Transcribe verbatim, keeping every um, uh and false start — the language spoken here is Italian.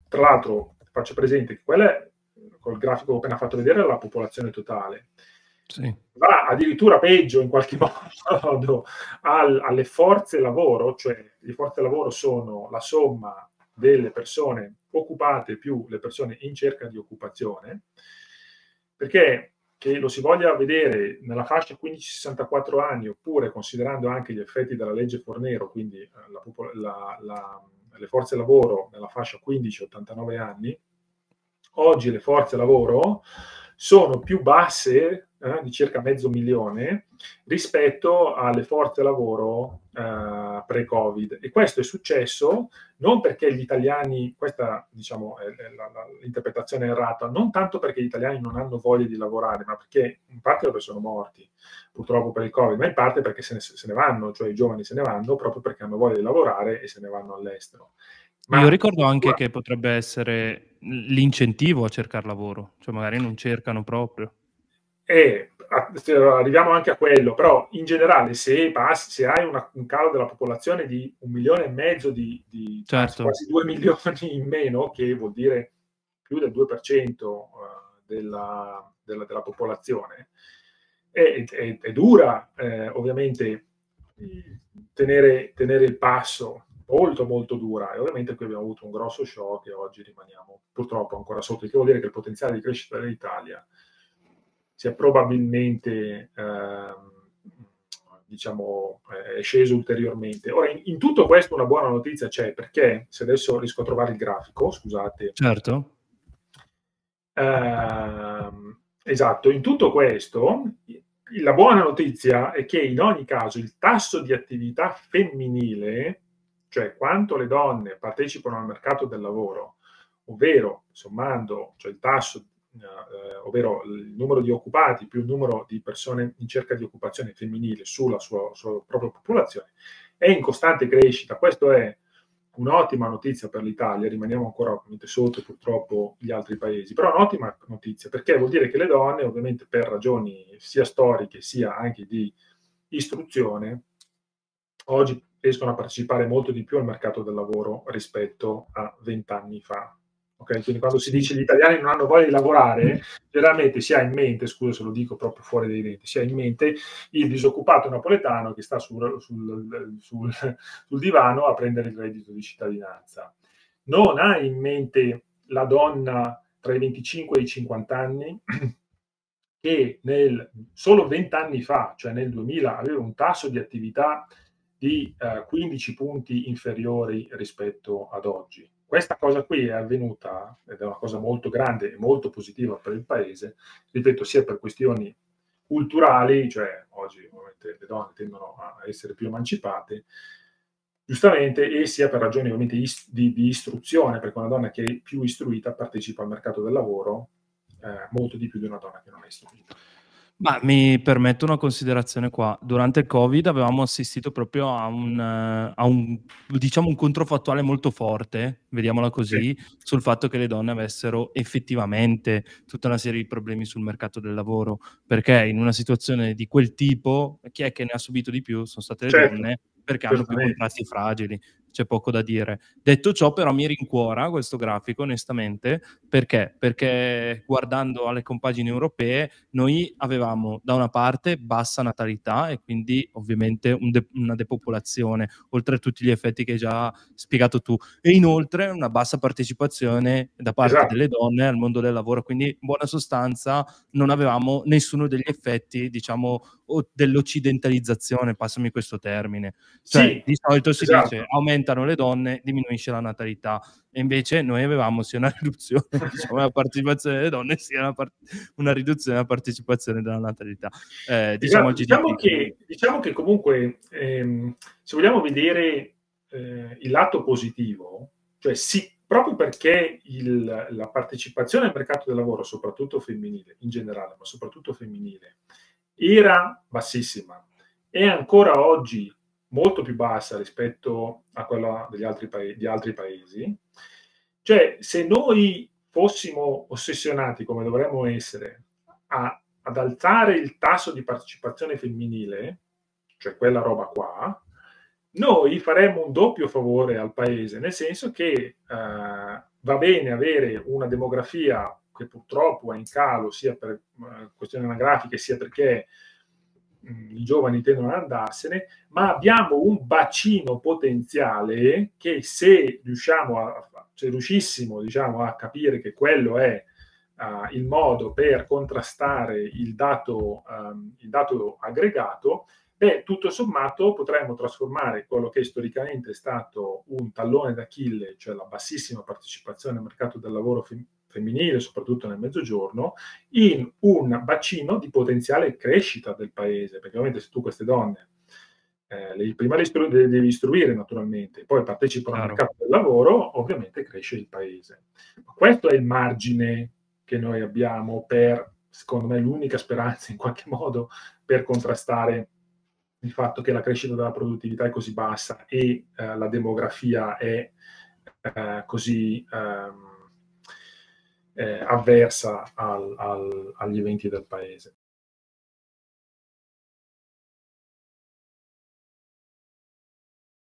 tra l'altro faccio presente che quella è, col grafico che ho appena fatto vedere, è la popolazione totale. Sì. Va addirittura peggio in qualche modo al, alle forze lavoro, cioè le forze lavoro sono la somma delle persone occupate più le persone in cerca di occupazione, perché che lo si voglia vedere nella fascia quindici sessantaquattro anni, oppure considerando anche gli effetti della legge Fornero, quindi la, la, la, le forze lavoro nella fascia quindici ottantanove anni, oggi le forze lavoro sono più basse, eh, di circa mezzo milione, rispetto alle forze lavoro eh, pre-Covid. E questo è successo non perché gli italiani, questa diciamo è, è la, la, l'interpretazione errata, non tanto perché gli italiani non hanno voglia di lavorare, ma perché in parte perché sono morti, purtroppo per il Covid, ma in parte perché se ne, se ne vanno, cioè i giovani se ne vanno proprio perché hanno voglia di lavorare e se ne vanno all'estero. Ma io ricordo anche che potrebbe essere l'incentivo a cercare lavoro, cioè magari non cercano proprio. E arriviamo anche a quello, però in generale se, passi, se hai una, un calo della popolazione di un milione e mezzo, di, di certo. quasi due milioni in meno, che vuol dire più del due per cento della, della, della popolazione, è, è, è dura eh, ovviamente tenere, tenere il passo, molto molto dura, e ovviamente qui abbiamo avuto un grosso shock e oggi rimaniamo purtroppo ancora sotto, il che vuol dire che il potenziale di crescita dell'Italia sia probabilmente eh, diciamo è sceso ulteriormente. Ora in, in tutto questo una buona notizia c'è, perché se adesso riesco a trovare il grafico, scusate. Certo. Eh, esatto, in tutto questo la buona notizia è che in ogni caso il tasso di attività femminile, cioè quanto le donne partecipano al mercato del lavoro, ovvero sommando, cioè il tasso, eh, ovvero il numero di occupati più il numero di persone in cerca di occupazione femminile sulla sua, sua propria popolazione, è in costante crescita. Questo è un'ottima notizia per l'Italia, rimaniamo ancora ovviamente sotto purtroppo gli altri paesi, però un'ottima notizia perché vuol dire che le donne, ovviamente per ragioni sia storiche sia anche di istruzione, oggi riescono a partecipare molto di più al mercato del lavoro rispetto a vent'anni fa. Okay? Quindi quando si sì. dice gli italiani non hanno voglia di lavorare, generalmente si ha in mente, scusa se lo dico proprio fuori dai denti, si ha in mente il disoccupato napoletano che sta sul, sul, sul, sul divano a prendere il reddito di cittadinanza. Non ha in mente la donna tra i venticinque e i cinquanta anni che nel, solo vent'anni fa, cioè nel duemila, aveva un tasso di attività di eh, quindici punti inferiori rispetto ad oggi. Questa cosa qui è avvenuta, ed è una cosa molto grande e molto positiva per il paese, ripeto, sia per questioni culturali, cioè oggi ovviamente le donne tendono a essere più emancipate, giustamente, e sia per ragioni ovviamente di, di istruzione, perché una donna che è più istruita partecipa al mercato del lavoro eh, molto di più di una donna che non è istruita. Ma mi permetto una considerazione qua. Durante il Covid avevamo assistito proprio a un, a un diciamo un controfattuale molto forte, vediamola così, sì, sul fatto che le donne avessero effettivamente tutta una serie di problemi sul mercato del lavoro, perché in una situazione di quel tipo chi è che ne ha subito di più? Sono state le certo, donne, perché hanno più contratti fragili, c'è poco da dire. Detto ciò, però, mi rincuora questo grafico, onestamente, perché? Perché guardando alle compagini europee noi avevamo da una parte bassa natalità e quindi ovviamente un de- una depopolazione, oltre a tutti gli effetti che hai già spiegato tu, e inoltre una bassa partecipazione da parte esatto. delle donne al mondo del lavoro, quindi in buona sostanza non avevamo nessuno degli effetti, diciamo, dell'occidentalizzazione, passami questo termine. Cioè, sì, di solito si esatto. dice aumentano le donne, diminuisce la natalità, e invece noi avevamo sia una riduzione diciamo, della partecipazione delle donne sia una, part- una riduzione della partecipazione della natalità. Eh, diciamo, esatto. diciamo, che, diciamo che comunque ehm, se vogliamo vedere eh, il lato positivo, cioè sì, proprio perché il, la partecipazione al mercato del lavoro, soprattutto femminile, in generale, ma soprattutto femminile, era bassissima, è ancora oggi molto più bassa rispetto a quella degli altri, pa- di altri paesi. Cioè, se noi fossimo ossessionati, come dovremmo essere, a, ad alzare il tasso di partecipazione femminile, cioè quella roba qua, noi faremmo un doppio favore al paese, nel senso che eh, va bene avere una demografia che purtroppo è in calo sia per eh, questioni anagrafiche sia perché mh, i giovani tendono ad andarsene, ma abbiamo un bacino potenziale che se riusciamo a, se riuscissimo diciamo, a capire che quello è uh, il modo per contrastare il dato, um, il dato aggregato, beh, tutto sommato potremmo trasformare quello che storicamente è stato un tallone d'Achille, cioè la bassissima partecipazione al mercato del lavoro fem- femminile, soprattutto nel mezzogiorno, in un bacino di potenziale crescita del paese, perché ovviamente se tu queste donne eh, le, prima le, istru- le devi istruire naturalmente, poi partecipano al Chiaro. mercato del lavoro, ovviamente cresce il paese. Questo è il margine che noi abbiamo per, secondo me, l'unica speranza in qualche modo per contrastare il fatto che la crescita della produttività è così bassa e eh, la demografia è eh, così ehm, eh, avversa al, al, agli eventi del paese.